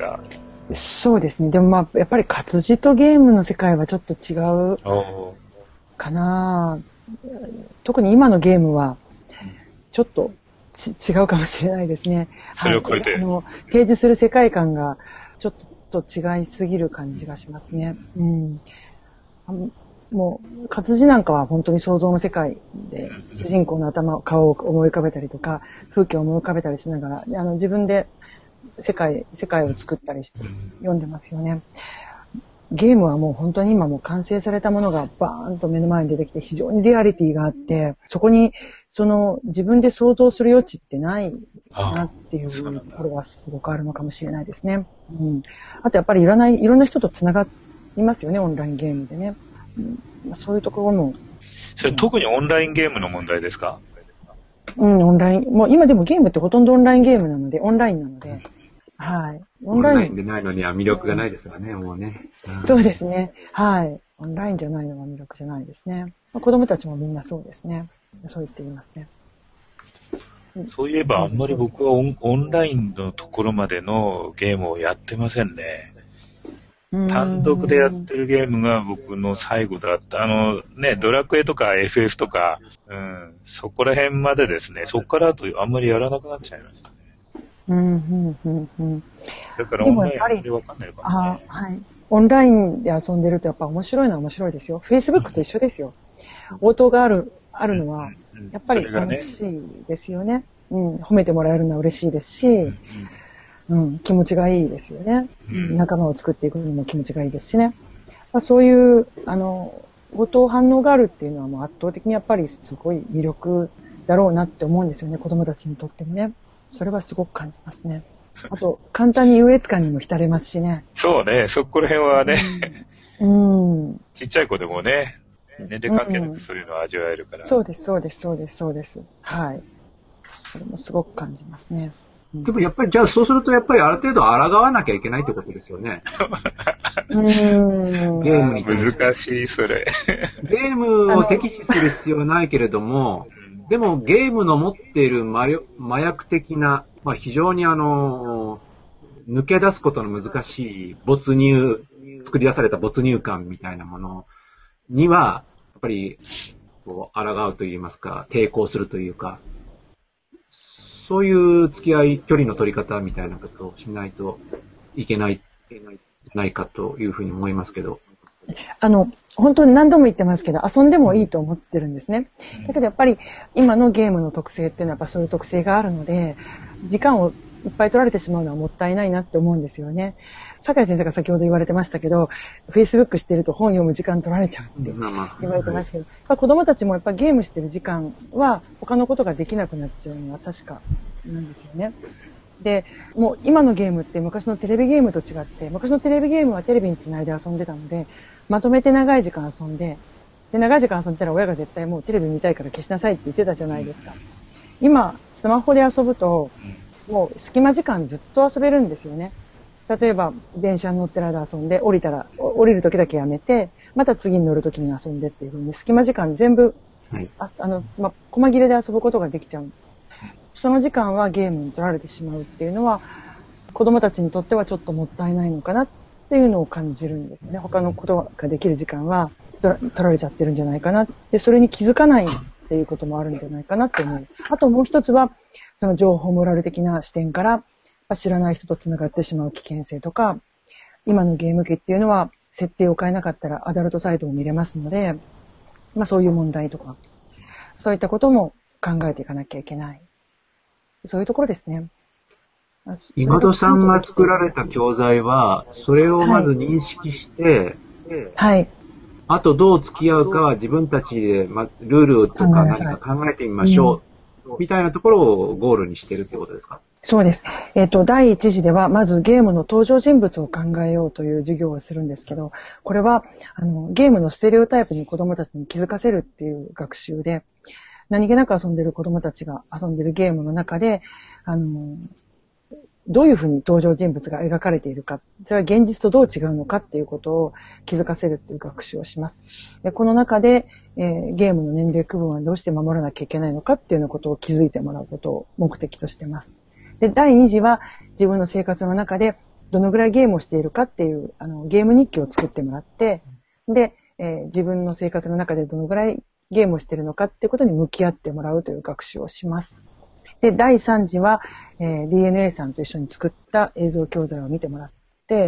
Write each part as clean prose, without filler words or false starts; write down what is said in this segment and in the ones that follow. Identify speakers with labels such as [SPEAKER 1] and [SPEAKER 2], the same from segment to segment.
[SPEAKER 1] か。
[SPEAKER 2] そうですね。でもまあ、やっぱり活字とゲームの世界はちょっと違うかな。特に今のゲームは、ちょっと違うかもしれないですね。
[SPEAKER 1] それを超えて。
[SPEAKER 2] 提示する世界観がちょっと違いすぎる感じがしますね。うん。もう、活字なんかは本当に想像の世界で、主人公の顔を思い浮かべたりとか、風景を思い浮かべたりしながら、自分で世界を作ったりして読んでますよね。ゲームはもう本当に今もう完成されたものがバーンと目の前に出てきて非常にリアリティがあって、そこに自分で想像する余地ってないなっていうところはすごくあるのかもしれないですね。うん。あとやっぱりいろんな人とつながりますよね、オンラインゲームでね。そういうところも。
[SPEAKER 1] それ特にオンラインゲームの問題ですか？
[SPEAKER 2] うん、オンライン。もう今でもゲームってほとんどオンラインゲームなので、オンラインなので。はい。
[SPEAKER 3] オンラインでないのには魅力がないですよね、もうね。
[SPEAKER 2] そうですね。はい。オンラインじゃないのは魅力じゃないですね。子供たちもみんなそうですね。そう言っていますね。
[SPEAKER 1] そういえばあんまり僕はオンラインのところまでのゲームをやってませんね。単独でやってるゲームが僕の最後だった。ドラクエとか FF とか、そこら辺までですね。そこからあとあんまりやらなくなっちゃいましたね。だからオンラインでわかんないかもね。
[SPEAKER 2] はい。オンラインで遊んでるとやっぱ面白いのは面白いですよ。Facebook と一緒ですよ。応答があるのは、やっぱり楽しいですよね。褒めてもらえるのは嬉しいですし、気持ちがいいですよね。仲間を作っていくのも気持ちがいいですしね。そういう、応答反応があるっていうのはもう圧倒的にやっぱりすごい魅力だろうなって思うんですよね。子供たちにとってもね。それはすごく感じますね。あと、簡単に優越感にも浸れますしね。
[SPEAKER 1] そうね、そこら辺はね、ちっちゃい子でもね、年齢関係なくそういうのを味わえるから。
[SPEAKER 2] そうです。はい。それもすごく感じますね。
[SPEAKER 3] でもやっぱり、じゃあそうするとやっぱりある程度抗わなきゃいけないってことですよね。ゲームに。
[SPEAKER 1] 難しい、それ。
[SPEAKER 3] ゲームを敵視する必要はないけれども、でもゲームの持っている麻薬的な、非常に抜け出すことの難しい作り出された没入感みたいなものには、やっぱり、抗うといいますか、抵抗するというか、そういう付き合い、距離の取り方みたいなことをしないといけないかというふうに思いますけど。
[SPEAKER 2] 本当に何度も言ってますけど、遊んでもいいと思ってるんですね。だけどやっぱり今のゲームの特性っていうのはやっぱそういう特性があるので、時間をいっぱい取られてしまうのはもったいないなって思うんですよね。酒井先生が先ほど言われてましたけど、Facebook してると本読む時間取られちゃうって言われてましたけど、子供たちもやっぱゲームしてる時間は他のことができなくなっちゃうのは確かなんですよね。で、もう今のゲームって昔のテレビゲームと違って、昔のテレビゲームはテレビにつないで遊んでたので、まとめて長い時間遊んで、長い時間遊んでたら親が絶対もうテレビ見たいから消しなさいって言ってたじゃないですか。今、スマホで遊ぶと、もう隙間時間ずっと遊べるんですよね。例えば、電車に乗ってる間遊んで、降りる時だけやめて、また次に乗る時に遊んでっていう風に、隙間時間全部、細切れで遊ぶことができちゃう。その時間はゲームに取られてしまうっていうのは、子供たちにとってはちょっともったいないのかなっていうのを感じるんですね。他のことができる時間は取られちゃってるんじゃないかなって、それに気づかないっていうこともあるんじゃないかなって思う。あともう一つは、その情報モラル的な視点から、知らない人と繋がってしまう危険性とか、今のゲーム機っていうのは、設定を変えなかったらアダルトサイトも見れますので、そういう問題とか、そういったことも考えていかなきゃいけない。そういうところですね。
[SPEAKER 3] 今戸さんが作られた教材は、それをまず認識して、
[SPEAKER 2] はい。
[SPEAKER 3] あとどう付き合うかは自分たちで、ルールとか何か考えてみましょう、みたいなところをゴールにしてるってことですか？
[SPEAKER 2] そうです。第一次では、まずゲームの登場人物を考えようという授業をするんですけど、これは、ゲームのステレオタイプに子供たちに気づかせるっていう学習で、何気なく遊んでる子供たちが遊んでるゲームの中で、どういうふうに登場人物が描かれているか、それは現実とどう違うのかっていうことを気づかせるっていう学習をします。でこの中で、ゲームの年齢区分はどうして守らなきゃいけないのかっていうようなことを気づいてもらうことを目的としてます。で、第2次は自分の生活の中でどのぐらいゲームをしているかっていう、ゲーム日記を作ってもらって、で、自分の生活の中でどのぐらいゲームをしているのかっていうことに向き合ってもらうという学習をします。で、第3次は、DNA さんと一緒に作った映像教材を見てもらって、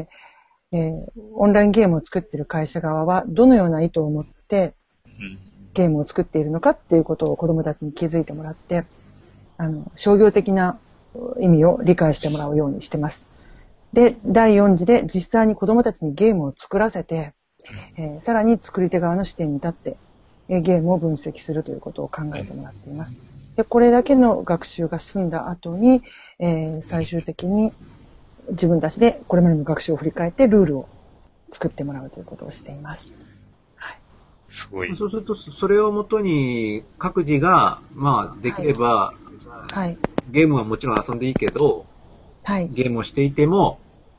[SPEAKER 2] オンラインゲームを作っている会社側はどのような意図を持ってゲームを作っているのかっていうことを子どもたちに気づいてもらって、商業的な意味を理解してもらうようにしてます。で、第4次で実際に子どもたちにゲームを作らせて、さらに作り手側の視点に立って、ゲームを分析するということを考えてもらっています。で、これだけの学習が済んだ後に、最終的に自分たちでこれまでの学習を振り返ってルールを作ってもらうということをしています。はい。
[SPEAKER 1] すごい。
[SPEAKER 3] そうすると、それをもとに各自が、まあ、できれば、
[SPEAKER 2] はい。
[SPEAKER 3] ゲームはもちろん遊んでいいけど、
[SPEAKER 2] はい。
[SPEAKER 3] ゲームをしていても、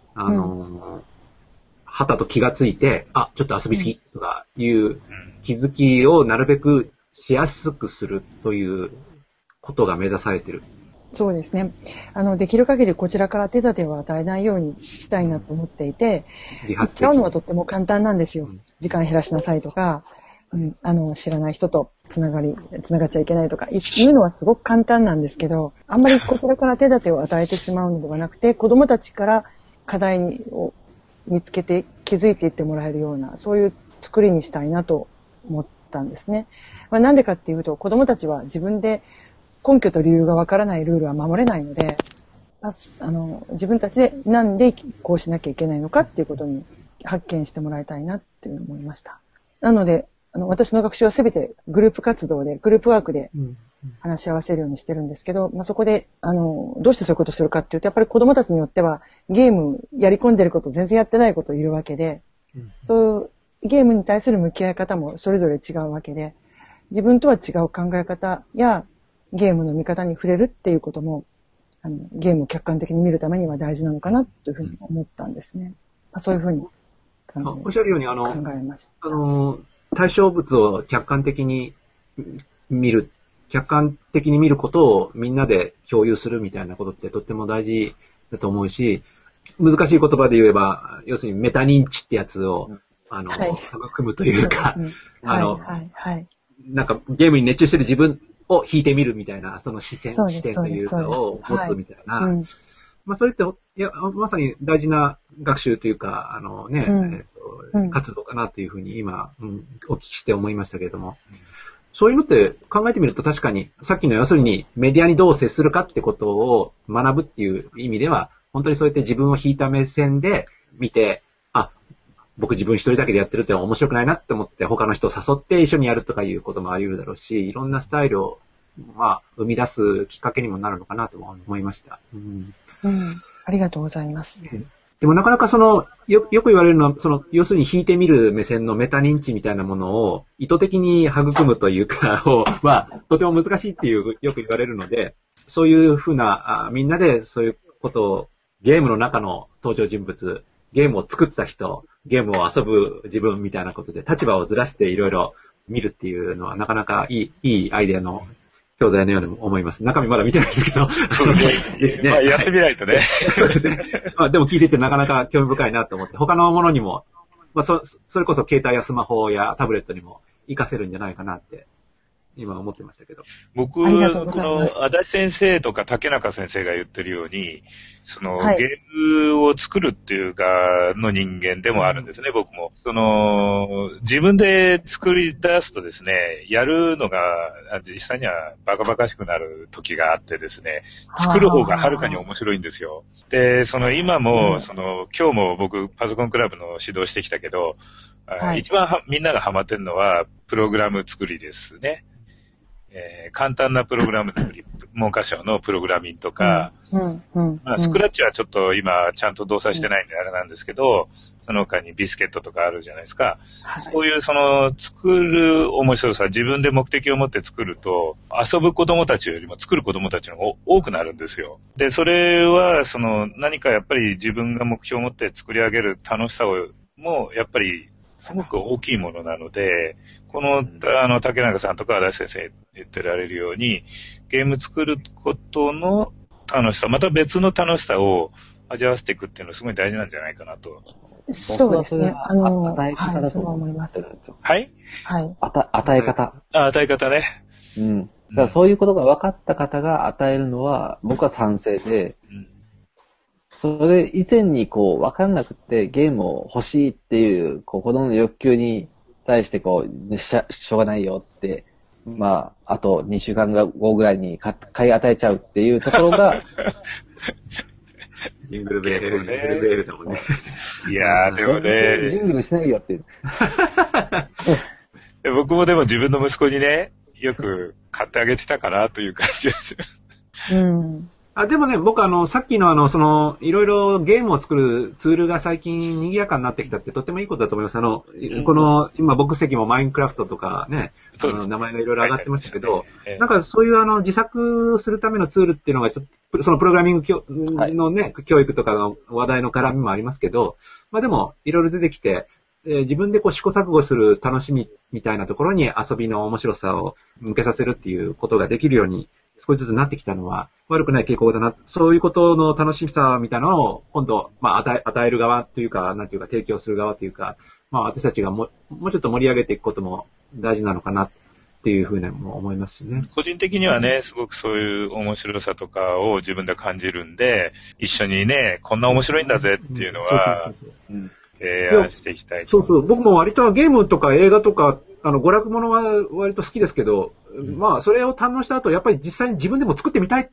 [SPEAKER 3] はたと気がついて、あ、ちょっと遊びすぎとかいう気づきをなるべくしやすくするということが目指されている。
[SPEAKER 2] そうですね。できる限りこちらから手立てを与えないようにしたいなと思っていて、使うのはとっても簡単なんですよ。時間減らしなさいとか、知らない人とつながっちゃいけないとか言うのはすごく簡単なんですけど、あんまりこちらから手立てを与えてしまうのではなくて、子供たちから課題を見つけて気づいていってもらえるような、そういう作りにしたいなと思ったんですね。なんでかっていうと、子供たちは自分で根拠と理由がわからないルールは守れないので、自分たちでなんでこうしなきゃいけないのかっていうことに発見してもらいたいなっていうのを思いました。なので、私の学習はすべてグループ活動で、グループワークで話し合わせるようにしてるんですけど、そこで、どうしてそういうことをするかっていうと、やっぱり子供たちによってはゲームやり込んでること全然やってないこといるわけで、そういうゲームに対する向き合い方もそれぞれ違うわけで、自分とは違う考え方やゲームの見方に触れるっていうことも、ゲームを客観的に見るためには大事なのかなというふうに思ったんですね。そういうふうに
[SPEAKER 3] おっしゃるように
[SPEAKER 2] 考えました。
[SPEAKER 3] 対象物を客観的に見ることをみんなで共有するみたいなことってとっても大事だと思うし、難しい言葉で言えば、要するにメタ認知ってやつを、育むというか、なんかゲームに熱中してる自分を引いてみるみたいな、その視点というかを持つみたいな。それって、まさに大事な学習というか、活動かなというふうに今、お聞きして思いましたけれども、そういうのって考えてみると確かに、さっきの要するにメディアにどう接するかってことを学ぶっていう意味では、本当にそうやって自分を引いた目線で見て、僕自分一人だけでやってるって面白くないなって思って他の人を誘って一緒にやるとかいうこともあり得るだろうし、いろんなスタイルを、生み出すきっかけにもなるのかなと思いました。
[SPEAKER 2] ありがとうございます。
[SPEAKER 3] でもなかなかよく言われるのは、要するに引いてみる目線のメタ認知みたいなものを意図的に育むというか、とても難しいってよく言われるので、そういうふうな、みんなでそういうことを、ゲームの中の登場人物、ゲームを作った人、ゲームを遊ぶ自分みたいなことで立場をずらしていろいろ見るっていうのはなかなかいいアイデアの教材のように思います。中身まだ見てないですけど。
[SPEAKER 1] そうですね。やってみないとね。
[SPEAKER 3] そうですね。でも聞いててなかなか興味深いなと思って、他のものにも、それこそ携帯やスマホやタブレットにも活かせるんじゃないかなって、今思ってましたけど。
[SPEAKER 1] 僕、この、足立先生とか竹中先生が言ってるように、ゲームを作るっていう側の人間でもあるんですね、僕も。自分で作り出すとですね、やるのが、実際にはバカバカしくなる時があってですね、作る方がはるかに面白いんですよ。で、今も、今日も僕、パソコンクラブの指導してきたけど、一番みんながハマってるのは、プログラム作りですね。簡単なプログラム作り、文科省のプログラミングとか、スクラッチはちょっと今ちゃんと動作してないんであれなんですけど、その他にビスケットとかあるじゃないですか。そういう作る面白さ、自分で目的を持って作ると、遊ぶ子供たちよりも作る子供たちの方が多くなるんですよ。で、それは何かやっぱり自分が目標を持って作り上げる楽しさをもやっぱりすごく大きいものなので、この、竹中さんとか足立先生言ってられるように、ゲーム作ることの楽しさ、また別の楽しさを味わわせていくっていうのはすごい大事なんじゃないかなと。
[SPEAKER 2] そうですね。
[SPEAKER 4] 与え方だと
[SPEAKER 2] 思います。
[SPEAKER 1] はい。
[SPEAKER 2] はい。
[SPEAKER 4] 与え方。
[SPEAKER 1] 与え方ね。
[SPEAKER 4] うん。だからそういうことが分かった方が与えるのは、僕は賛成で、それ以前にこう、分かんなくてゲームを欲しいっていう、こう、子供の欲求に対してこう、しょうがないよって、まあ、あと2週間後ぐらいに買い与えちゃうっていうところが、
[SPEAKER 3] ジングルベールだもんね。
[SPEAKER 1] いやー、でもね。
[SPEAKER 4] ジングルしないよって。
[SPEAKER 3] 僕
[SPEAKER 1] もでも自分の息子にね、よく買ってあげてたかなという感じがします。
[SPEAKER 2] うん。
[SPEAKER 3] でもね、僕さっきのいろいろゲームを作るツールが最近賑やかになってきたってとってもいいことだと思います。この、今僕席もマインクラフトとかね、名前がいろいろ上がってましたけど、なんかそういう自作するためのツールっていうのがちょっと、そのプログラミングのね、教育とかの話題の絡みもありますけど、まあでも、いろいろ出てきて、自分でこう試行錯誤する楽しみみたいなところに遊びの面白さを向けさせるっていうことができるように少しずつなってきたのは悪くない傾向だな。そういうことの楽しさみたいなのを今度、まあ与える側というか、なんていうか提供する側というか、まあ私たちがもうちょっと盛り上げていくことも大事なのかなっていうふうにも思いますしね。
[SPEAKER 1] 個人的にはね、すごくそういう面白さとかを自分で感じるんで、一緒にね、こんな面白いんだぜっていうのは、提案していきたい。
[SPEAKER 3] そうそう。僕も割とゲームとか映画とか、娯楽ものは割と好きですけど、まあ、それを堪能した後、やっぱり実際に自分でも作ってみたいって。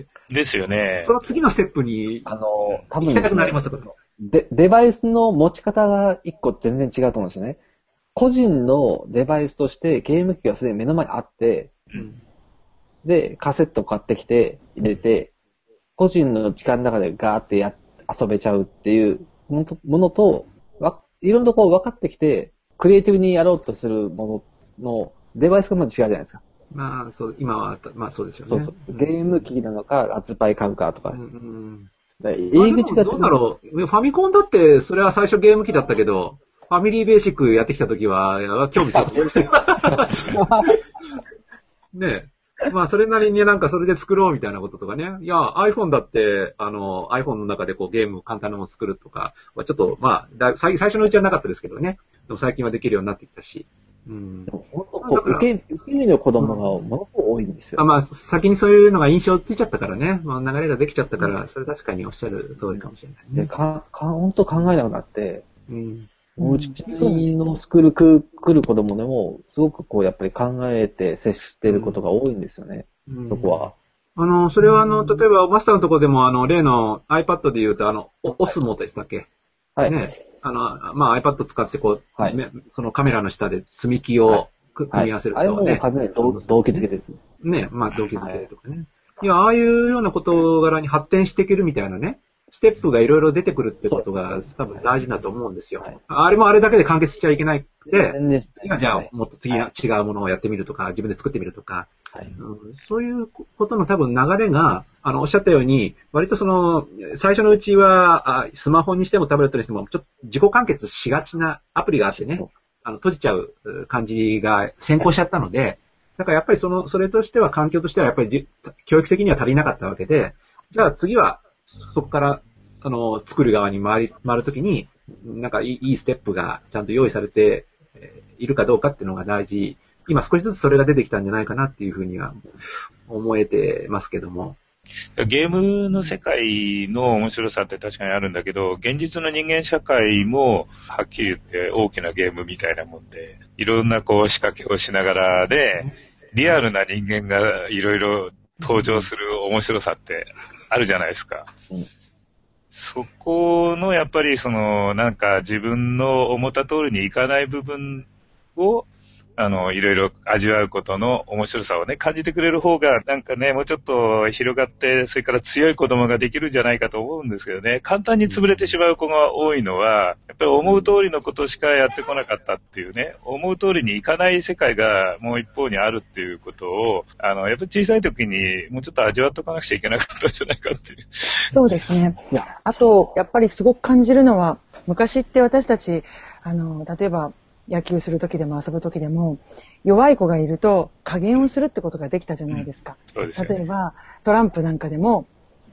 [SPEAKER 1] ですよね。
[SPEAKER 3] その次のステップに、
[SPEAKER 4] 多分
[SPEAKER 3] 行きたくなります
[SPEAKER 4] デバイスの持ち方が一個全然違うと思うんですよね。個人のデバイスとしてゲーム機がすでに目の前にあって、で、カセット買ってきて、入れて、個人の時間の中でガーって遊べちゃうっていうものと、いろんなところ分かってきて、クリエイティブにやろうとするもののデバイスがまず違うじゃないですか。
[SPEAKER 3] まあ、そう、今は、まあそうですよね。
[SPEAKER 4] そう。ゲーム機なのか、発売買うかとか。
[SPEAKER 3] 入り口がどうだろう。ファミコンだって、それは最初ゲーム機だったけど、ファミリーベーシックやってきたときは、興味させてましたよ。ねえ。まあ、それなりになんかそれで作ろうみたいなこととかね。いや、iPhone だって、iPhone の中でこうゲーム簡単なものを作るとかはちょっと、まあ、最初のうちはなかったですけどね。でも最近はできるようになってきたし。
[SPEAKER 4] 本当受け身の子供がものすごく多いんですよ。
[SPEAKER 3] まあ、先にそういうのが印象ついちゃったからね。まあ、流れができちゃったから、それ確かにおっしゃる通りかもしれないね。
[SPEAKER 4] 本当考えなくなって、うちの来る子供でも、すごくこう、やっぱり考えて接していることが多いんですよね。そこ
[SPEAKER 3] は。それは例えばマスターのところでも、例の iPad で言うと、オスモでしたっけ？
[SPEAKER 4] はい。
[SPEAKER 3] ね。まあ iPad 使ってこう、そのカメラの下で積み木を組み合わせるとね。
[SPEAKER 4] あれも完全に動機づけです。
[SPEAKER 3] ね。まあ動機づけとかね。いや、ああいうような事柄に発展していけるみたいなね。ステップがいろいろ出てくるってことが多分大事だと思うんですよ。あれもあれだけで完結しちゃいけないくて、じゃあもっと次は違うものをやってみるとか、自分で作ってみるとか、そういうことの多分流れが、おっしゃったように、割と最初のうちは、スマホにしてもタブレットにしても、ちょっと自己完結しがちなアプリがあってね、閉じちゃう感じが先行しちゃったので、だからやっぱりそれとしては、環境としてはやっぱり教育的には足りなかったわけで、じゃあ次は、そこから、作る側に回るときに、なんかいいステップがちゃんと用意されているかどうかっていうのが大事。今少しずつそれが出てきたんじゃないかなっていうふうには思えてますけども。
[SPEAKER 1] ゲームの世界の面白さって確かにあるんだけど、現実の人間社会もはっきり言って大きなゲームみたいなもんで、いろんなこう仕掛けをしながらで、リアルな人間がいろいろ登場する面白さってあるじゃないですか。そこのやっぱりなんか自分の思った通りにいかない部分をいろいろ味わうことの面白さをね、感じてくれる方が、なんかね、もうちょっと広がって、それから強い子供ができるんじゃないかと思うんですけどね、簡単に潰れてしまう子が多いのは、やっぱり思う通りのことしかやってこなかったっていうね、思う通りにいかない世界がもう一方にあるっていうことを、やっぱり小さい時にもうちょっと味わっとかなくちゃいけなかったんじゃないかっていう。
[SPEAKER 2] そうですね。あと、やっぱりすごく感じるのは、昔って私たち、例えば、野球するときでも遊ぶときでも、弱い子がいると加減をするってことができたじゃないですか。
[SPEAKER 1] そうですよね。
[SPEAKER 2] 例えば、トランプなんかでも、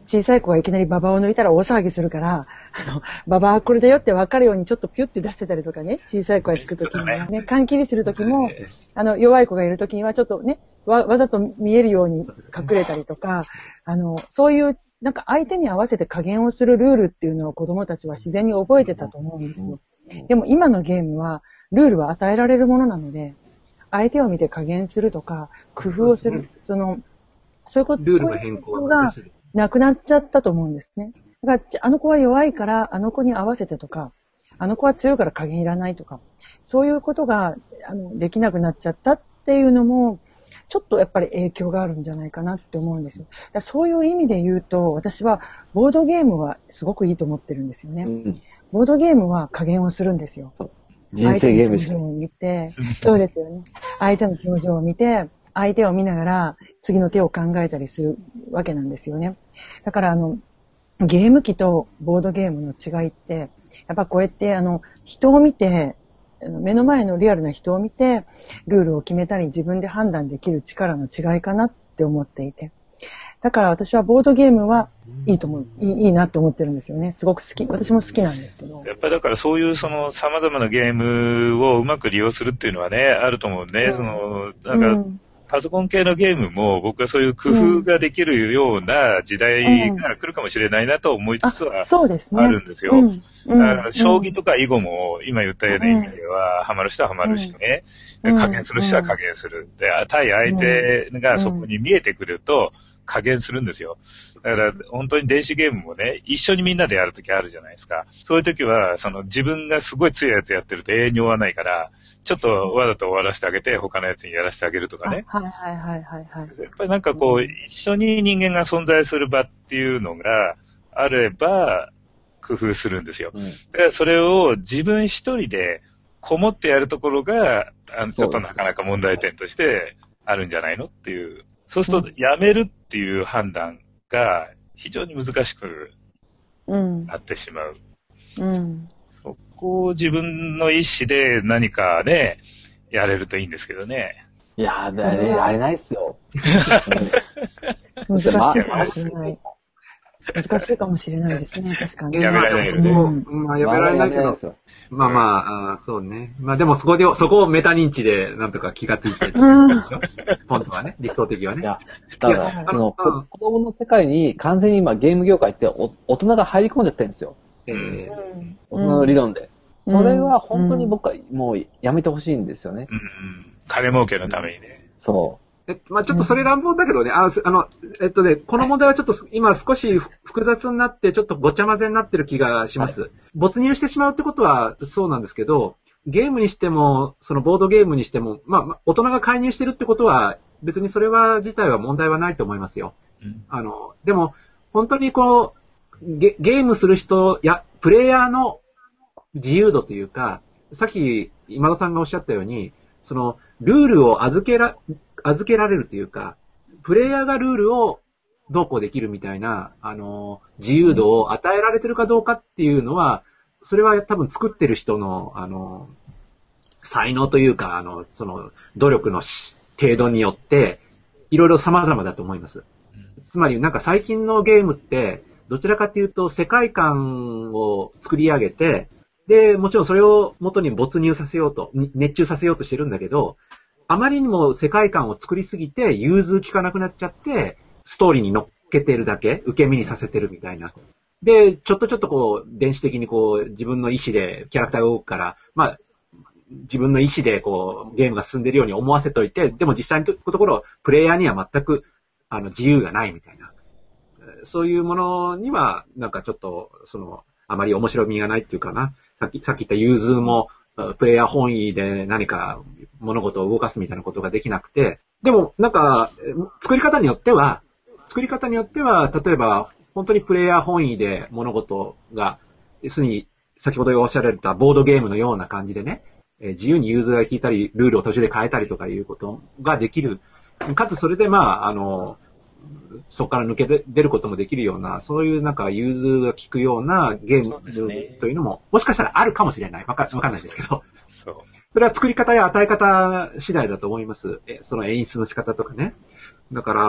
[SPEAKER 2] 小さい子がいきなりババを抜いたら大騒ぎするから、ババはこれだよって分かるようにちょっとピュッて出してたりとかね、小さい子が引くときにはね、缶切りするときも、弱い子がいるときにはちょっとね、わざと見えるように隠れたりとか、そういう、なんか相手に合わせて加減をするルールっていうのを子供たちは自然に覚えてたと思うんですよ。でも今のゲームは、ルールは与えられるものなので、相手を見て加減するとか、工夫をする、そういうこと、
[SPEAKER 3] ルールの変更が
[SPEAKER 2] なくなっちゃったと思うんですね。だから、あの子は弱いから、あの子に合わせてとか、あの子は強いから加減いらないとか、そういうことが、できなくなっちゃったっていうのも、ちょっとやっぱり影響があるんじゃないかなって思うんですよ。だからそういう意味で言うと、私はボードゲームはすごくいいと思ってるんですよね。ボードゲームは加減をするんですよ。
[SPEAKER 4] 人生ゲームしか。
[SPEAKER 2] 相手の表情を見て、そうですよね。相手の表情を見て、相手を見ながら次の手を考えたりするわけなんですよね。だからゲーム機とボードゲームの違いって、やっぱこうやって人を見て、目の前のリアルな人を見て、ルールを決めたり自分で判断できる力の違いかなって思っていて。だから私はボードゲームはいいなって思ってるんですよね。すごく好き。私も好きなんですけど。
[SPEAKER 1] やっぱりだからそういう様々なゲームをうまく利用するっていうのはね、あると思うね。パソコン系のゲームも僕はそういう工夫ができるような時代が来るかもしれないなと思いつつはあるんですよ。将棋とか囲碁も今言ったような意味では、ハマる人はハマるしね、加減する人は加減する。で、対相手がそこに見えてくると加減するんですよ。だから本当に電子ゲームもね、一緒にみんなでやるときあるじゃないですか。そういうときは、自分がすごい強いやつやってると永遠に終わらないから、ちょっとわざと終わらせてあげて、他のやつにやらせてあげるとかね。
[SPEAKER 2] やっ
[SPEAKER 1] ぱりなんか一緒に人間が存在する場っていうのがあれば、工夫するんですよ。だからそれを自分一人でこもってやるところが、ちょっとなかなか問題点としてあるんじゃないのっていう。そうすると、やめるっていう判断が非常に難しくなってしまう。そこを自分の意思で何かね、やれるといいんですけどね。
[SPEAKER 4] いやー、やれないっすよ。
[SPEAKER 2] 難しいかもしれない。難しいかもしれないですね、確かに。
[SPEAKER 1] やめられないよね。
[SPEAKER 3] やめられないけど。そうね。でもそこをメタ認知でなんとか気がついてる。本当はね、理想的はね。いや、
[SPEAKER 4] だから、子供の世界に完全に今ゲーム業界って大人が入り込んじゃってるんですよ。大人の理論で。それは本当に僕はもうやめてほしいんですよね。
[SPEAKER 1] 金儲けのためにね。
[SPEAKER 4] そう。
[SPEAKER 3] ちょっとそれ乱暴だけどね、この問題はちょっと今少し複雑になって、ちょっとごちゃ混ぜになってる気がします。没入してしまうってことはそうなんですけど、ゲームにしても、ボードゲームにしても、大人が介入してるってことは、別にそれ自体は問題はないと思いますよ。でも、本当にゲームする人や、プレイヤーの自由度というか、さっき今田さんがおっしゃったように、ルールを預けられるというか、プレイヤーがルールをどうこうできるみたいな、自由度を与えられてるかどうかっていうのは、それは多分作ってる人の、才能というか、努力の程度によって、いろいろ様々だと思います。つまり、なんか最近のゲームって、どちらかというと、世界観を作り上げて、で、もちろんそれを元に没入させようと、熱中させようとしてるんだけど、あまりにも世界観を作りすぎて、融通きかなくなっちゃって、ストーリーに乗っけてるだけ、受け身にさせてるみたいな。で、ちょっと電子的に自分の意思でキャラクターが動くから、自分の意思でゲームが進んでるように思わせといて、でも実際のところ、プレイヤーには全く、自由がないみたいな。そういうものには、なんかちょっと、あまり面白みがないっていうかな。さっき言った融通も、プレイヤー本位で何か物事を動かすみたいなことができなくて、でもなんか作り方によっては、例えば本当にプレイヤー本位で物事が、要するに先ほどおっしゃられたボードゲームのような感じでね、自由に融通が効いたり、ルールを途中で変えたりとかいうことができる。かつそれでそこから抜け出ることもできるような、そういうなんか融通が効くようなゲームというのも、もしかしたらあるかもしれない。わかんないですけど。それは作り方や与え方次第だと思います。その演出の仕方とかね。だから、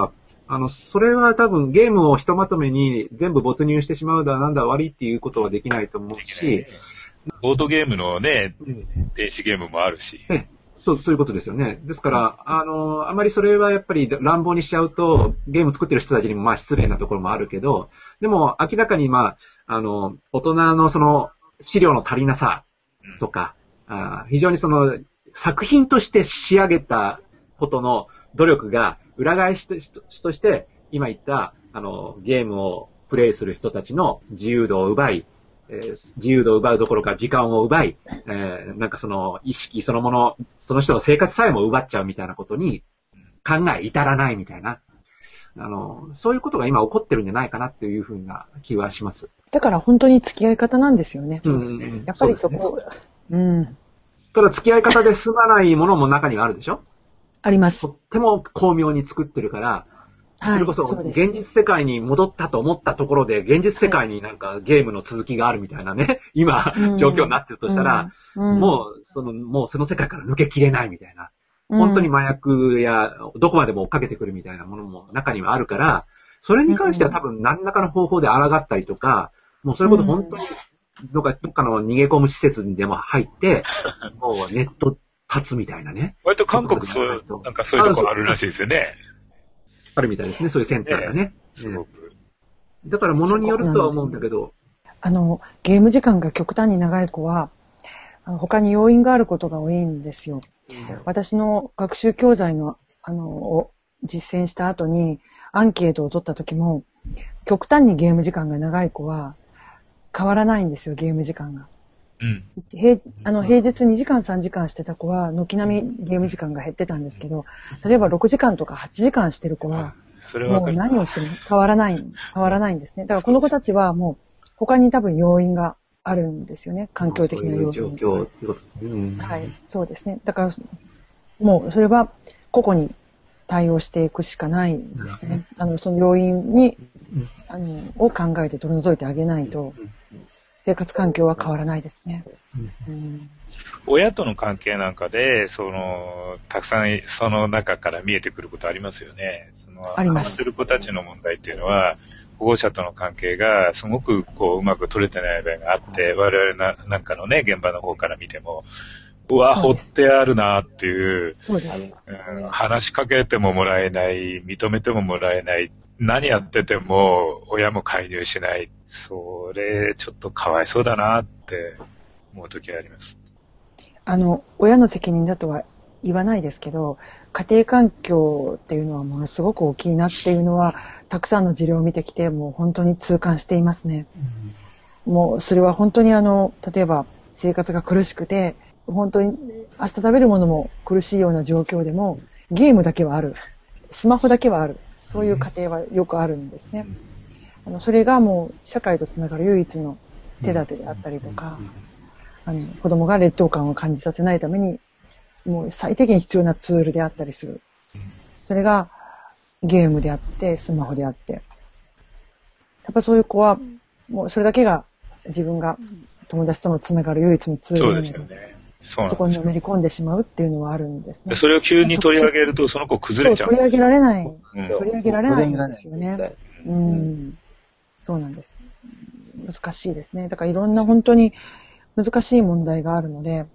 [SPEAKER 3] それは多分ゲームをひとまとめに全部没入してしまうだなんだ悪いっていうことはできないと思うし、
[SPEAKER 1] ボードゲームのね、電子ゲームもあるし。
[SPEAKER 3] そういうことですよね。ですから、あまりそれはやっぱり乱暴にしちゃうと、ゲーム作ってる人たちにもまあ失礼なところもあるけど、でも明らかにまあ、大人のその資料の足りなさとか、非常にその作品として仕上げたことの努力が裏返しとして、今言った、ゲームをプレイする人たちの自由度を奪い、自由度を奪うどころか時間を奪い、なんかその意識そのもの、その人の生活さえも奪っちゃうみたいなことに考え至らないみたいな、そういうことが今起こってるんじゃないかなっていうふうな気はします。
[SPEAKER 2] だから本当に付き合い方なんですよね。やっぱりそこ、
[SPEAKER 3] ただ付き合い方で済まないものも中にはあるでしょ？
[SPEAKER 2] あります。
[SPEAKER 3] とっても巧妙に作ってるから、それこそ現実世界に戻ったと思ったところで、現実世界になんかゲームの続きがあるみたいなね、今、状況になってるとしたら、もうその世界から抜けきれないみたいな、本当に麻薬やどこまでも追っかけてくるみたいなものも中にはあるから、それに関しては多分何らかの方法で抗ったりとか、もうそれこそ本当にどっかの逃げ込む施設にでも入って、もうネット立つみたいなね。
[SPEAKER 1] 割と韓国なんかそういうとこあるらしいですよね。
[SPEAKER 3] あるみたいですね、そういうセンターがね。だから物によるとは思うんだけど。
[SPEAKER 2] ゲーム時間が極端に長い子は、他に要因があることが多いんですよ。私の学習教材の、を実践した後にアンケートを取った時も、極端にゲーム時間が長い子は変わらないんですよ、ゲーム時間が。平日2時間3時間してた子は軒並みゲーム時間が減ってたんですけど、例えば6時間とか8時間してる子はもう何をしても変わらないんですね。だからこの子たちはもう他に多分要因があるんですよね、環境的な要因。
[SPEAKER 3] そういう状況ってことですね。
[SPEAKER 2] はい、そうですね。だからもうそれは個々に対応していくしかないですね。その要因にを考えて取り除いてあげないと。生活環境は変わらないですね。
[SPEAKER 1] 親との関係なんかで、たくさんその中から見えてくることありますよね。
[SPEAKER 2] あります。
[SPEAKER 1] 話してる子たちの問題っていうのは、保護者との関係がすごくうまく取れてない場合があって、我々なんかのね、現場の方から見ても、掘ってあるなっていう、
[SPEAKER 2] そうです。
[SPEAKER 1] 話しかけてももらえない、認めてももらえない、何やってても親も介入しない。それ、ちょっとかわいそうだなって思うときがあります。
[SPEAKER 2] 親の責任だとは言わないですけど、家庭環境っていうのはものすごく大きいなっていうのは、たくさんの事例を見てきて、もう本当に痛感していますね。もう、それは本当に例えば生活が苦しくて、本当に明日食べるものも苦しいような状況でも、ゲームだけはある。スマホだけはある。そういう家庭はよくあるんですね。それがもう社会とつながる唯一の手立てであったりとか、子供が劣等感を感じさせないために、もう最低限必要なツールであったりする。それがゲームであって、スマホであって。やっぱそういう子は、もうそれだけが自分が友達とのつながる唯一のツールなので、
[SPEAKER 1] そうですよね。
[SPEAKER 2] そこにのめり込んでしまうっていうのはあるんですね。
[SPEAKER 1] それを急に取り上げると、その子崩れちゃう。
[SPEAKER 2] 取り上げられない。取り上げられないんですよね。そうなんです。難しいですね。だからいろんな本当に難しい問題があるので、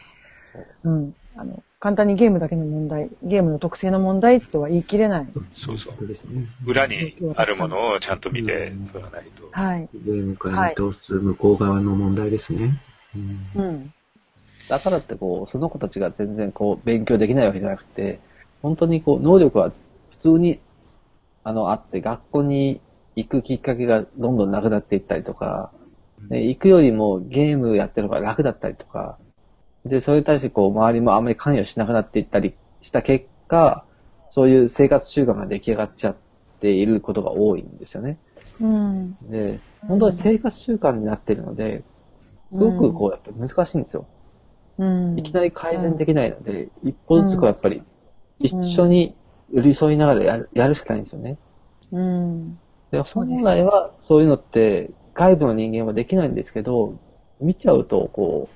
[SPEAKER 2] 簡単にゲームだけの問題、ゲームの特性の問題とは言い切れない。
[SPEAKER 1] そうそう。裏にあるものをちゃんと見て取らないと。
[SPEAKER 2] はい。
[SPEAKER 3] ゲームから通す向こう側の問題ですね。
[SPEAKER 4] だからってその子たちが全然勉強できないわけじゃなくて、本当に能力は普通にあって、学校に行くきっかけがどんどんなくなっていったりとか、行くよりもゲームやってるのが楽だったりとか、で、それに対して周りもあんまり関与しなくなっていったりした結果、そういう生活習慣が出来上がっちゃっていることが多いんですよね。で、本当に生活習慣になっているので、すごくやっぱり難しいんですよ。いきなり改善できないので、一歩ずつやっぱり一緒に寄り添いながらやるしかないんですよね。で、本来はそういうのって外部の人間はできないんですけど、見ちゃうと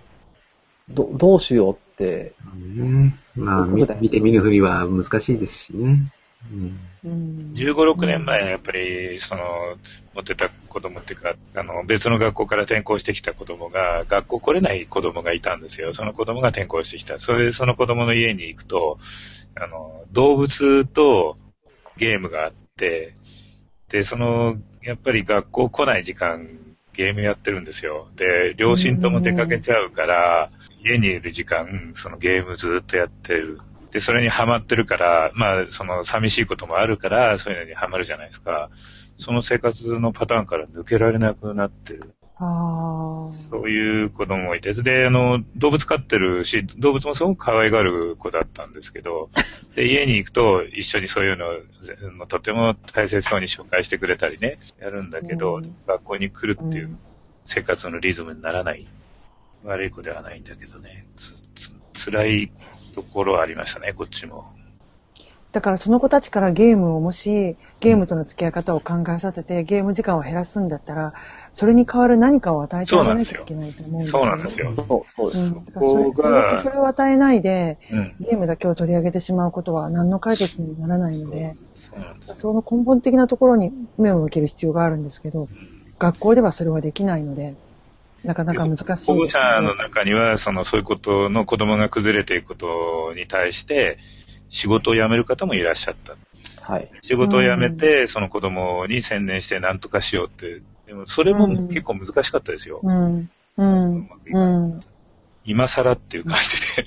[SPEAKER 4] どうしようって。
[SPEAKER 3] まあ、見て見ぬふりは難しいですしね。
[SPEAKER 1] 15、6年前、やっぱり、持ってた子供っていうか、別の学校から転校してきた子供が、学校来れない子供がいたんですよ。その子供が転校してきた。それでその子供の家に行くと、動物とゲームがあって、で、やっぱり学校来ない時間、ゲームやってるんですよ。で、両親とも出かけちゃうから、家にいる時間、そのゲームずっとやってる。で、それにハマってるから、まあ、寂しいこともあるから、そういうのにハマるじゃないですか。その生活のパターンから抜けられなくなってる。そういう子供もいて、で、動物飼ってるし、動物もすごく可愛がる子だったんですけど、で、家に行くと一緒にそういうのとても大切そうに紹介してくれたりね、やるんだけど、学校に来るっていう生活のリズムにならない。悪い子ではないんだけどね、辛いところはありましたね、こっちも。
[SPEAKER 2] だからその子たちからゲームをもし、ゲームとの付き合い方を考えさせて、ゲーム時間を減らすんだったら、それに代わる何かを与えてあげなきゃいけないと思うんですよ。
[SPEAKER 1] そうなんですよ。
[SPEAKER 4] そうです。
[SPEAKER 2] だからそれを与えないで、ゲームだけを取り上げてしまうことは何の解決にもならないので、その根本的なところに目を向ける必要があるんですけど、学校ではそれはできないので、なかなか難しいですね。
[SPEAKER 1] 保護者の中には、そういうことの子供が崩れていくことに対して、仕事を辞める方もいらっしゃった。
[SPEAKER 4] はい。
[SPEAKER 1] 仕事を辞めて、その子供に専念して何とかしようって。でも、それも結構難しかったですよ。今更っていう感じで、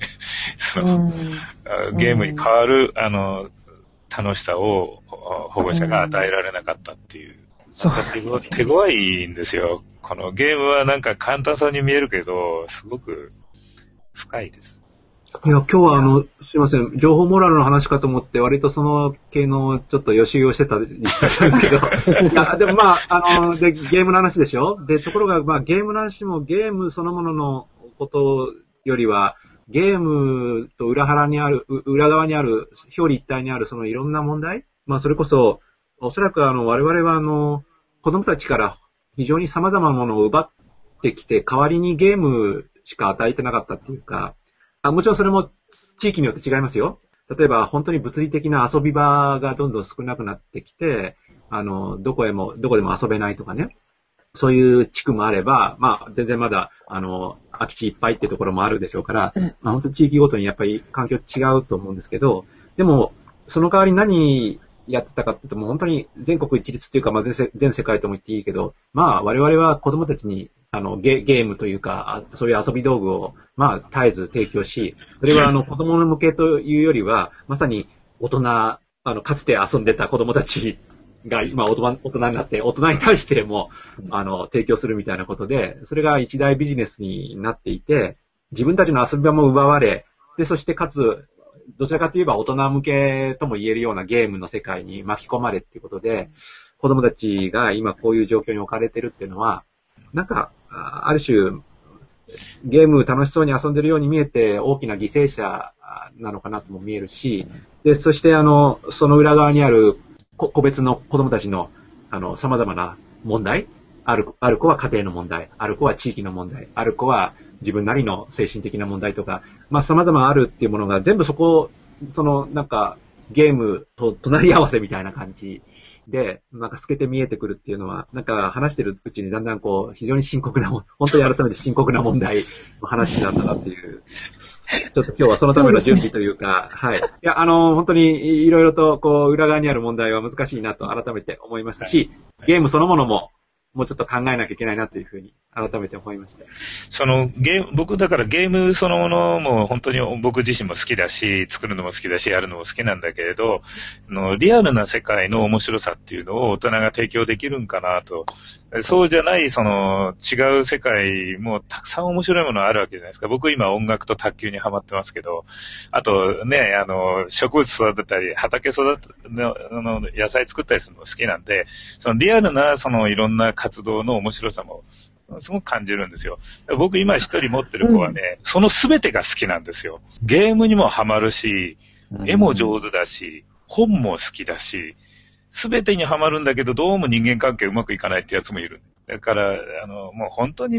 [SPEAKER 1] ゲームに変わる、楽しさを保護者が与えられなかったっていう。手強いんですよ。このゲームはなんか簡単そうに見えるけど、すごく深いです。
[SPEAKER 3] いや、今日はすいません、情報モラルの話かと思って、割とその系のちょっと予習をしてたりしたんですけど、いや、でもまあ、で、ゲームの話でしょ？で、ところが、まあ、ゲームの話もゲームそのもののことよりは、ゲームと裏側にある、表裏一体にあるそのいろんな問題？まあ、それこそ、おそらく我々は子供たちから非常に様々なものを奪ってきて、代わりにゲームしか与えてなかったっていうか、もちろんそれも地域によって違いますよ。例えば本当に物理的な遊び場がどんどん少なくなってきて、どこでも遊べないとかね。そういう地区もあれば、まあ全然まだ、空き地いっぱいってところもあるでしょうから、まあ本当に地域ごとにやっぱり環境違うと思うんですけど、でも、その代わり何やってたかっていうと、もう本当に全国一律っていうか、まあ全世界とも言っていいけど、まあ我々は子供たちにゲームというか、そういう遊び道具を、まあ、絶えず提供し、それは子供の向けというよりは、まさに大人、かつて遊んでた子供たちが今大人になって、大人に対しても、提供するみたいなことで、それが一大ビジネスになっていて、自分たちの遊び場も奪われ、で、そしてかつ、どちらかといえば大人向けとも言えるようなゲームの世界に巻き込まれっていうことで、子供たちが今こういう状況に置かれてるっていうのは、なんか、ある種、ゲーム楽しそうに遊んでるように見えて大きな犠牲者なのかなとも見えるし、で、そしてその裏側にある個別の子供たちの様々な問題、ある子は家庭の問題、ある子は地域の問題、ある子は自分なりの精神的な問題とか、まあ様々あるっていうものが全部なんかゲームと隣り合わせみたいな感じで、なんか透けて見えてくるっていうのは、なんか話してるうちにだんだんこう、非常に深刻な、本当に改めて深刻な問題の話なんだなっていう、ちょっと今日はそのための準備というか、はい。いや、本当にいろいろとこう、裏側にある問題は難しいなと改めて思いましたし、ゲームそのものも、もうちょっと考えなきゃいけないなというふうに改めて思いました。
[SPEAKER 1] 僕だからゲームそのものも本当に僕自身も好きだし、作るのも好きだし、やるのも好きなんだけれど、リアルな世界の面白さっていうのを大人が提供できるんかなと。そうじゃない、違う世界もたくさん面白いものあるわけじゃないですか。僕今音楽と卓球にハマってますけど、あとね、植物育てたり、畑野菜作ったりするの好きなんで、リアルないろんな活動の面白さもすごく感じるんですよ。僕今一人持ってる子はね、その全てが好きなんですよ。ゲームにもハマるし、絵も上手だし、本も好きだし、全てにハマるんだけど、どうも人間関係うまくいかないってやつもいる。だから、もう本当に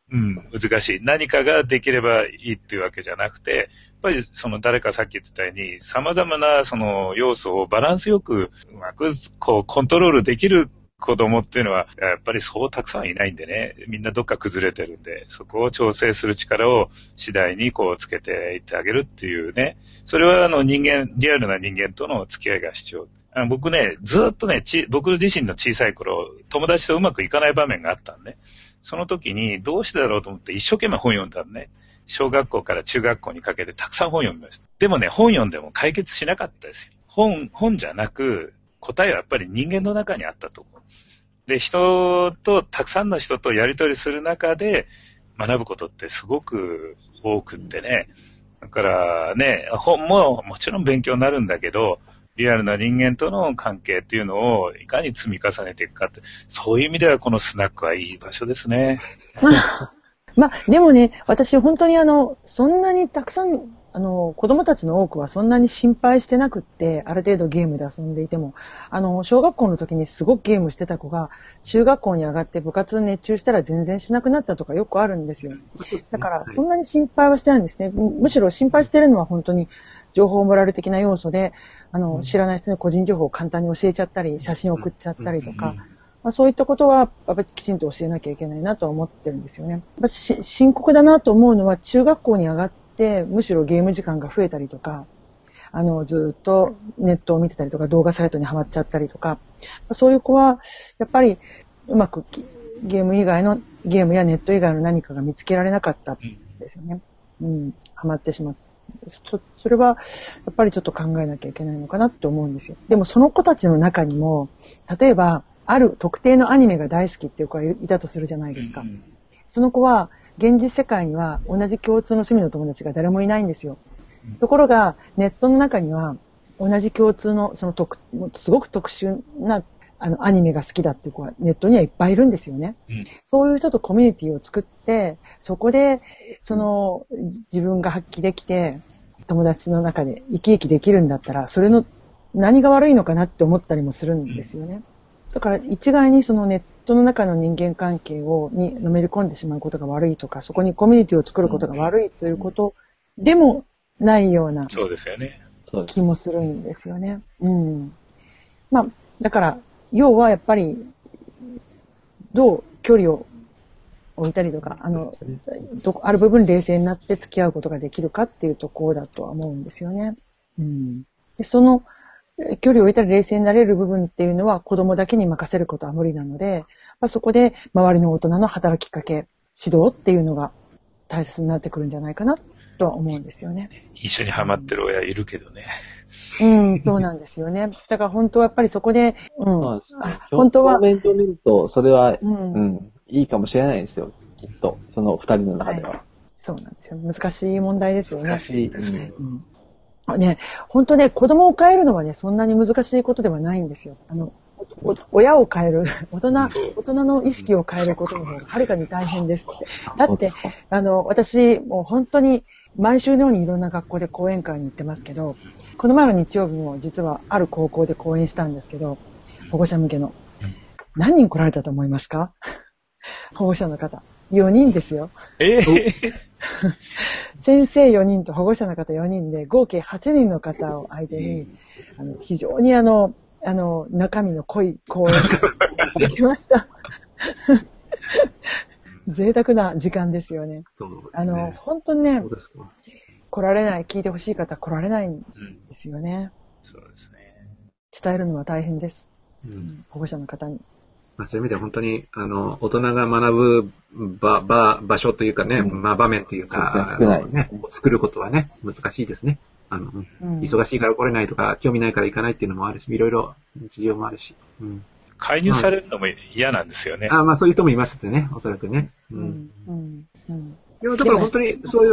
[SPEAKER 1] 難しい。何かができればいいっていうわけじゃなくて、やっぱり誰かさっき言ってたように、様々な要素をバランスよく、うまくコントロールできる子供っていうのは、やっぱりそうたくさんいないんでね、みんなどっか崩れてるんで、そこを調整する力を次第につけていってあげるっていうね、それはリアルな人間との付き合いが必要。僕ね、ずっとね、僕自身の小さい頃、友達とうまくいかない場面があったんで、その時にどうしてだろうと思って一生懸命本読んだのね。小学校から中学校にかけてたくさん本読みました。でもね、本読んでも解決しなかったですよ。本じゃなく、答えはやっぱり人間の中にあったと思う。で、たくさんの人とやり取りする中で学ぶことってすごく多くってね。だからね、本ももちろん勉強になるんだけど、リアルな人間との関係っていうのをいかに積み重ねていくかって、そういう意味ではこのスナックはいい場所ですね。
[SPEAKER 2] でもね、私本当にそんなにたくさん、子供たちの多くはそんなに心配してなくって、ある程度ゲームで遊んでいても、小学校の時にすごくゲームしてた子が、中学校に上がって部活熱中したら全然しなくなったとかよくあるんですよ。だから、そんなに心配はしてないんですね。むしろ心配してるのは本当に、情報モラル的な要素で、知らない人に個人情報を簡単に教えちゃったり、写真を送っちゃったりとか、そういったことは、やっぱりきちんと教えなきゃいけないなとは思ってるんですよね。やっぱ深刻だなと思うのは、中学校に上がって、むしろゲーム時間が増えたりとか、ずっとネットを見てたりとか、動画サイトにハマっちゃったりとか、そういう子は、やっぱり、うまくゲームやネット以外の何かが見つけられなかったんですよね。ハマってしまった。それは、やっぱりちょっと考えなきゃいけないのかなって思うんですよ。でもその子たちの中にも、例えば、ある特定のアニメが大好きっていう子がいたとするじゃないですか。その子は、現実世界には同じ共通の趣味の友達が誰もいないんですよ。ところが、ネットの中には、同じ共通の、すごく特殊な、アニメが好きだっていう子はネットにはいっぱいいるんですよね。そういう人とコミュニティを作って、そこで、自分が発揮できて、友達の中で生き生きできるんだったら、それの何が悪いのかなって思ったりもするんですよね。だから一概にそのネットの中の人間関係にのめり込んでしまうことが悪いとか、そこにコミュニティを作ることが悪いということでもないような気もするんですよね。だから、要はやっぱり、どう距離を置いたりとか、ある部分冷静になって付き合うことができるかっていうところだとは思うんですよね。でその距離を置いたり冷静になれる部分っていうのは子供だけに任せることは無理なので、そこで周りの大人の働きかけ、指導っていうのが大切になってくるんじゃないかなとは思うんですよね。
[SPEAKER 1] 一緒にハマってる親いるけどね。
[SPEAKER 2] そうなんですよね。だから本当はやっぱりそこで、
[SPEAKER 4] 本当は。表面上見ると、それは、いいかもしれないですよ。きっと。その二人の中では。
[SPEAKER 2] そうなんですよ。難しい問題ですよね。
[SPEAKER 4] 難しい。
[SPEAKER 2] 本当ね、子供を変えるのはね、そんなに難しいことではないんですよ。親を変える、大人の意識を変えることの方がはるかに大変です。だって、私、もう本当に、毎週のようにいろんな学校で講演会に行ってますけど、この前の日曜日も実はある高校で講演したんですけど、保護者向けの。何人来られたと思いますか？保護者の方。4人ですよ。先生4人と保護者の方4人で、合計8人の方を相手に、非常に中身の濃い講演ができました。贅沢な時間ですよね。本当にね、来られない、聞いてほしい方は来られないんですよね。
[SPEAKER 1] そうですね。
[SPEAKER 2] 伝えるのは大変です。保護者の方に。
[SPEAKER 3] そういう意味では本当に、大人が学ぶ場所というかね、場面というか、作ることはね、難しいですね。忙しいから来れないとか、興味ないから行かないっていうのもあるし、いろいろ事情もあるし。
[SPEAKER 1] 介入されるのも嫌なんですよね。
[SPEAKER 3] そういう人もいますってね、おそらくね。だから本当に、そういう、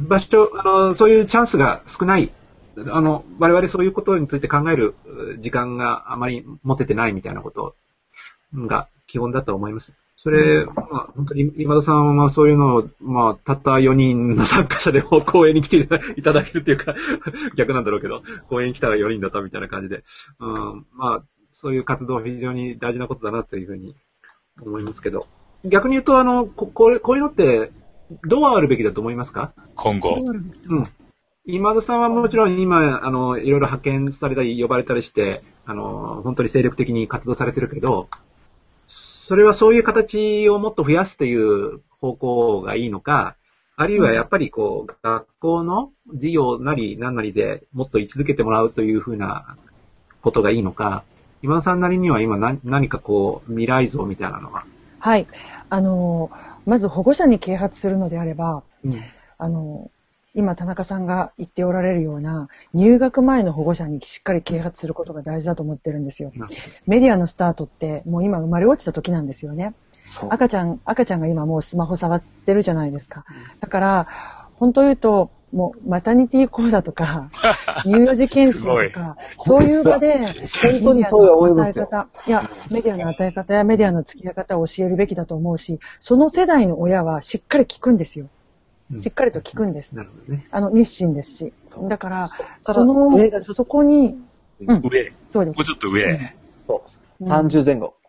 [SPEAKER 3] 場所、そういうチャンスが少ない。我々そういうことについて考える時間があまり持ててないみたいなことが基本だと思います。それ、本当に今田さんはそういうのを、たった4人の参加者でも講演に来ていただけるっていうか、逆なんだろうけど、講演に来たら4人だったみたいな感じで、そういう活動は非常に大事なことだなというふうに思いますけど。 逆に言うと、こういうのって、どうあるべきだと思いますか？
[SPEAKER 1] 今後。
[SPEAKER 3] 今田さんはもちろん今、いろいろ派遣されたり呼ばれたりして、本当に精力的に活動されてるけど、それはそういう形をもっと増やすという方向がいいのか、あるいはやっぱり学校の授業なり何なりでもっと位置づけてもらうというふうなことがいいのか、今田さんなりには今何か未来像みたいなのは。
[SPEAKER 2] はい。まず保護者に啓発するのであれば、今田中さんが言っておられるような入学前の保護者にしっかり啓発することが大事だと思ってるんですよ。メディアのスタートってもう今生まれ落ちた時なんですよね。赤ちゃんが今もうスマホ触ってるじゃないですか。だから本当言うともうマタニティ講座とか乳幼児検診とかそういう場で
[SPEAKER 4] 本当にそう思いますよ。
[SPEAKER 2] メディアの与え方やメディアの付き合い方を教えるべきだと思うし、その世代の親はしっかり聞くんですよ。しっかりと聞くんです。
[SPEAKER 3] なるほどね。
[SPEAKER 2] 熱心ですし。だから、そこに、
[SPEAKER 1] 上。
[SPEAKER 2] そうです。
[SPEAKER 1] もうちょっと上。
[SPEAKER 4] そう。30前後。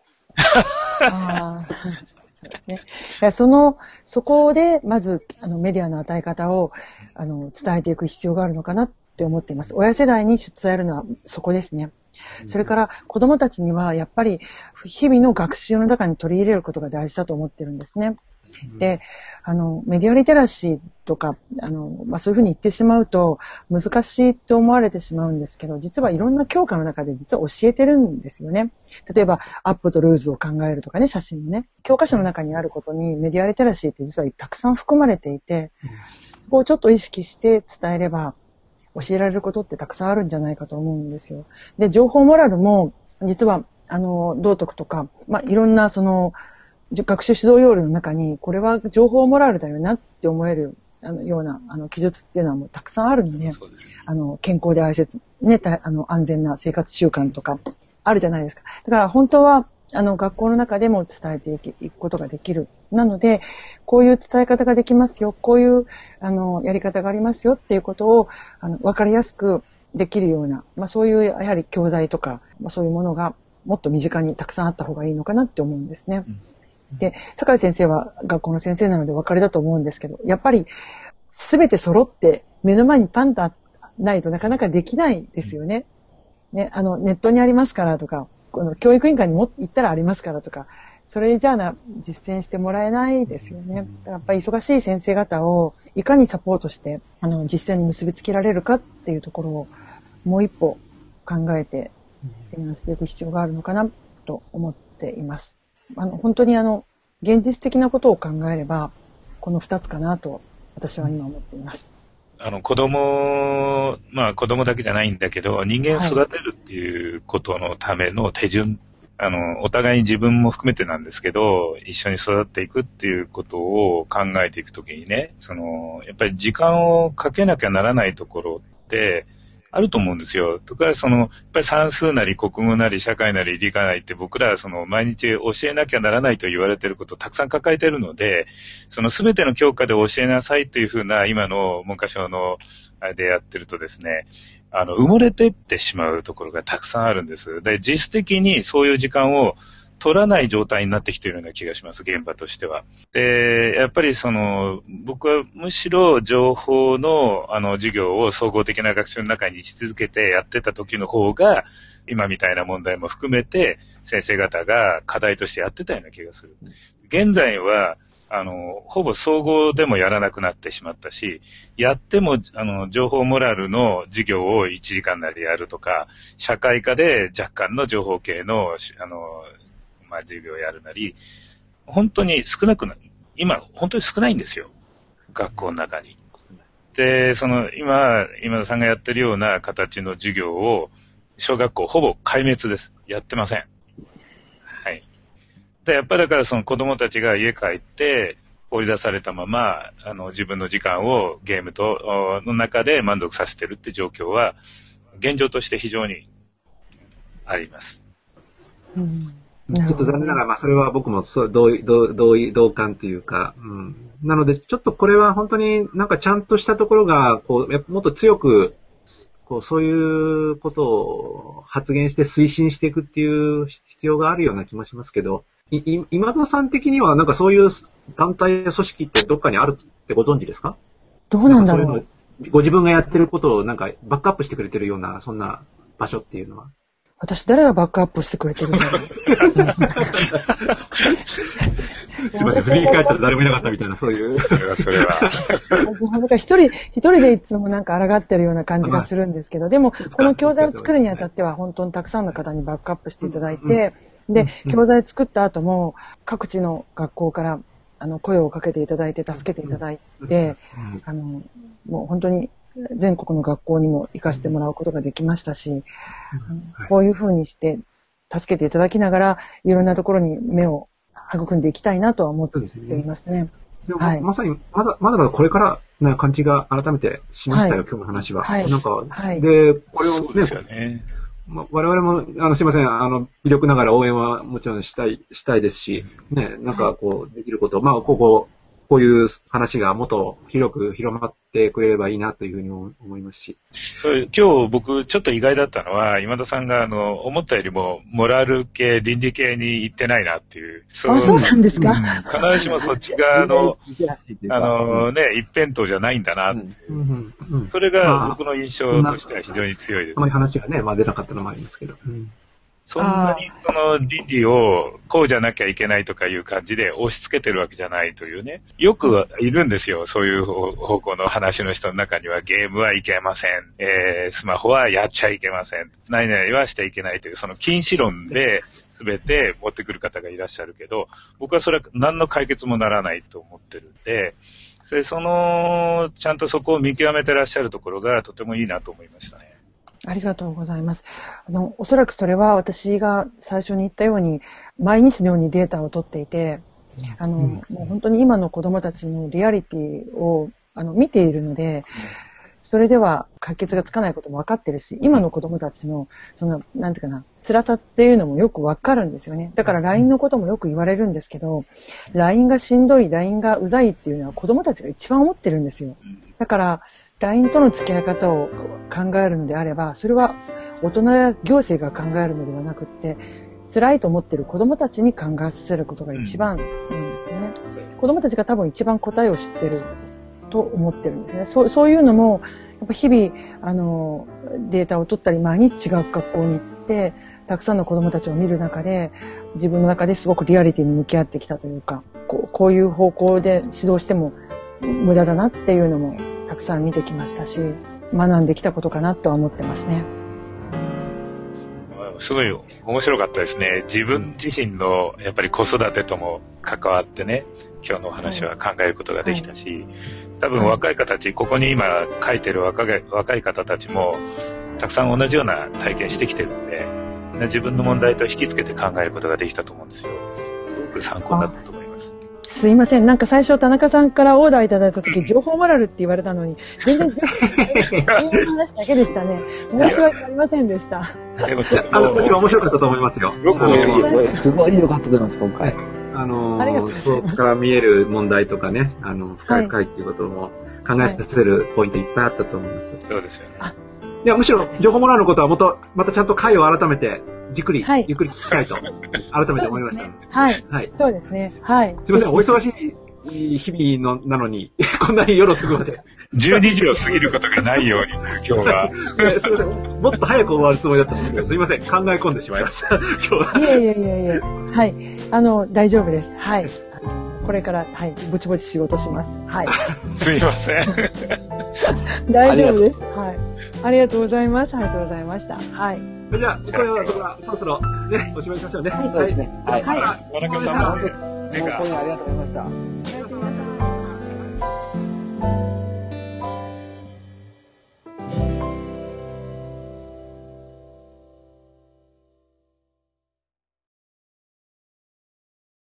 [SPEAKER 2] そうね。そこで、まず、メディアの与え方を、伝えていく必要があるのかなって思っています。親世代に伝えるのはそこですね。それから子供たちにはやっぱり日々の学習の中に取り入れることが大事だと思ってるんですね。で、メディアリテラシーとか、そういうふうに言ってしまうと難しいと思われてしまうんですけど、実はいろんな教科の中で実は教えてるんですよね。例えば、アップとルーズを考えるとかね、写真のね。教科書の中にあることにメディアリテラシーって実はたくさん含まれていて、そこをちょっと意識して伝えれば、教えられることってたくさんあるんじゃないかと思うんですよ。で、情報モラルも、実は、道徳とか、いろんな学習指導要領の中に、これは情報モラルだよなって思えるような記述っていうのはもうたくさんあるので、健康で安全な生活習慣とかあるじゃないですか。だから本当は学校の中でも伝えていくことができる。なので、こういう伝え方ができますよ、こういうやり方がありますよっていうことを分かりやすくできるような、そういうやはり教材とか、そういうものがもっと身近にたくさんあった方がいいのかなって思うんですね。で、坂井先生は学校の先生なのでお分かりだと思うんですけど、やっぱり全て揃って目の前にパンとないとなかなかできないですよね。ね、ネットにありますからとか、教育委員会に行ったらありますからとか、それじゃあ実践してもらえないですよね。やっぱり忙しい先生方をいかにサポートして実践に結びつけられるかっていうところをもう一歩考えて提案していく必要があるのかなと思っています。本当に現実的なことを考えればこの2つかなと私は今思っています。
[SPEAKER 1] 子供だけじゃないんだけど、人間を育てるっていうことのための手順、お互いに自分も含めてなんですけど、一緒に育っていくっていうことを考えていくときにね、やっぱり時間をかけなきゃならないところってあると思うんですよ。とか、やっぱり算数なり国語なり社会なり理科なりって僕らは毎日教えなきゃならないと言われていることをたくさん抱えているので、全ての教科で教えなさいというふうな今の文科省のあれでやってるとですね、埋もれていってしまうところがたくさんあるんです。で、実質的にそういう時間を取らない状態になってきているような気がします、現場としては。で、やっぱり僕はむしろ情報の授業を総合的な学習の中に位置づけてやってた時の方が、今みたいな問題も含めて先生方が課題としてやってたような気がする。現在は、ほぼ総合でもやらなくなってしまったし、やっても、情報モラルの授業を1時間なりやるとか、社会科で若干の情報系の、授業をやるなり、本当に今、本当に少ないんですよ。学校の中に。で、今田さんがやってるような形の授業を、小学校ほぼ壊滅です。やってません。はい。で、やっぱりだから子供たちが家帰って、放り出されたまま、自分の時間をゲームの中で満足させてるって状況は、現状として非常にあります。
[SPEAKER 3] ちょっと残念ながら、それは僕も同感というか、なので、ちょっとこれは本当になんかちゃんとしたところが、もっと強く、そういうことを発言して推進していくっていう必要があるような気もしますけど、 今戸さん的にはなんかそういう団体や組織ってどっかにあるってご存知ですか？
[SPEAKER 2] どうなんだろう。
[SPEAKER 3] ご自分がやってることをなんかバックアップしてくれてるような、そんな場所っていうのは。
[SPEAKER 2] 私、誰がバックアップしてくれてるんだろう。
[SPEAKER 3] すいません、振り返ったら誰もいなかったみたいな、そういう。それは。
[SPEAKER 2] なんか一人でいつもなんか抗ってるような感じがするんですけど、でも、この教材を作るにあたっては、本当にたくさんの方にバックアップしていただいて、で、教材作った後も、各地の学校から、声をかけていただいて、助けていただいて、もう本当に、全国の学校にも行かせてもらうことができましたし、こういうふうにして助けていただきながら、いろんなところに目を育んでいきたいなとは思っていますね。
[SPEAKER 3] はい、まさに、まだこれからな感じが改めてしましたよ、今日の話は。なんか、で、これをね、我々も、すいません、微力ながら応援はもちろんしたいですし、ね、なんかこう、できること、こういう話がもっと広く広まってくれればいいなというふうに思いますし。
[SPEAKER 1] 今日僕ちょっと意外だったのは、今田さんが思ったよりもモラル系、倫理系に行ってないなっていう。
[SPEAKER 2] そうなんですか？
[SPEAKER 1] 必ずしもそっち側の、一辺倒じゃないんだなっていう。それが僕の印象としては非常に強いです。
[SPEAKER 3] あまり話がね、出なかったのもありますけど。
[SPEAKER 1] そんなにその倫理をこうじゃなきゃいけないとかいう感じで押し付けてるわけじゃないというね。よくいるんですよ。そういう方向の話の人の中にはゲームはいけません。スマホはやっちゃいけません。何々はしていけないというその禁止論で全て持ってくる方がいらっしゃるけど、僕はそれは何の解決もならないと思ってるんで、ちゃんとそこを見極めてらっしゃるところがとてもいいなと思いましたね。
[SPEAKER 2] ありがとうございます。おそらくそれは私が最初に言ったように、毎日のようにデータを取っていて、もう本当に今の子供たちのリアリティを見ているので、それでは解決がつかないことも分かってるし、今の子供たちの、なんていうかな、辛さっていうのもよく分かるんですよね。だから LINE のこともよく言われるんですけど、LINE がしんどい、LINE がうざいっていうのは子供たちが一番思ってるんですよ。だから、LINE との付き合い方を考えるのであれば、それは大人や行政が考えるのではなくって、辛いと思っている子供たちに考えさせることが一番なんですよね。子供たちが多分一番答えを知ってると思ってるんですね。そういうのも、やっぱ日々、データを取ったり、毎日違う学校に行って、たくさんの子供たちを見る中で、自分の中ですごくリアリティに向き合ってきたというか、こういう方向で指導しても無駄だなっていうのも、たくさん見てきましたし、学んできたことかなとは思ってますね。
[SPEAKER 1] すごい面白かったですね。自分自身のやっぱり子育てとも関わってね、今日のお話は考えることができたし、多分若い方たち、ここに今書いてる若い方たちもたくさん同じような体験してきてるんで、自分の問題と引き付けて考えることができたと思うんですよ。すごく参考になったと思います。
[SPEAKER 2] すいません。なんか最初田中さんからオーダーいただいたとき、情報モラルって言われたのに、全然情報の話だけでしたね。申し訳ありませんでした。
[SPEAKER 3] でも私は面白かったと思いますよ。
[SPEAKER 1] よく面白かった。
[SPEAKER 4] すごい良かったと思います、今回。
[SPEAKER 3] そこから見える問題とかね、深いっていうことも考えさせるポイントいっぱいあったと思います。
[SPEAKER 1] そうですよね。
[SPEAKER 3] いや、むしろ情報モラルのことはまたちゃんと回を改めて、じっくり、ゆっくり聞きたいと、改めて思いました。
[SPEAKER 2] はい。そうですね。はい。
[SPEAKER 3] すいません、お忙しい日々なのに、こんなに夜遅くまで。
[SPEAKER 1] 12時を過ぎることがないように、今日は。
[SPEAKER 3] すいません、もっと早く終わるつもりだったんですけど、すいません、考え込んでしまいました、今日は。
[SPEAKER 2] いえ。はい。大丈夫です。はい。これから、はい、ぼちぼち仕事します。はい。
[SPEAKER 1] すいません。
[SPEAKER 2] 大丈夫です。はい。ありがとうございます。ありがとうございました。はい。
[SPEAKER 3] じゃあ、これはそろそろね、おしまいしましょうね。
[SPEAKER 4] はい。そうですね。はい。
[SPEAKER 1] 田中さんも、
[SPEAKER 4] 本当にありがとうございました。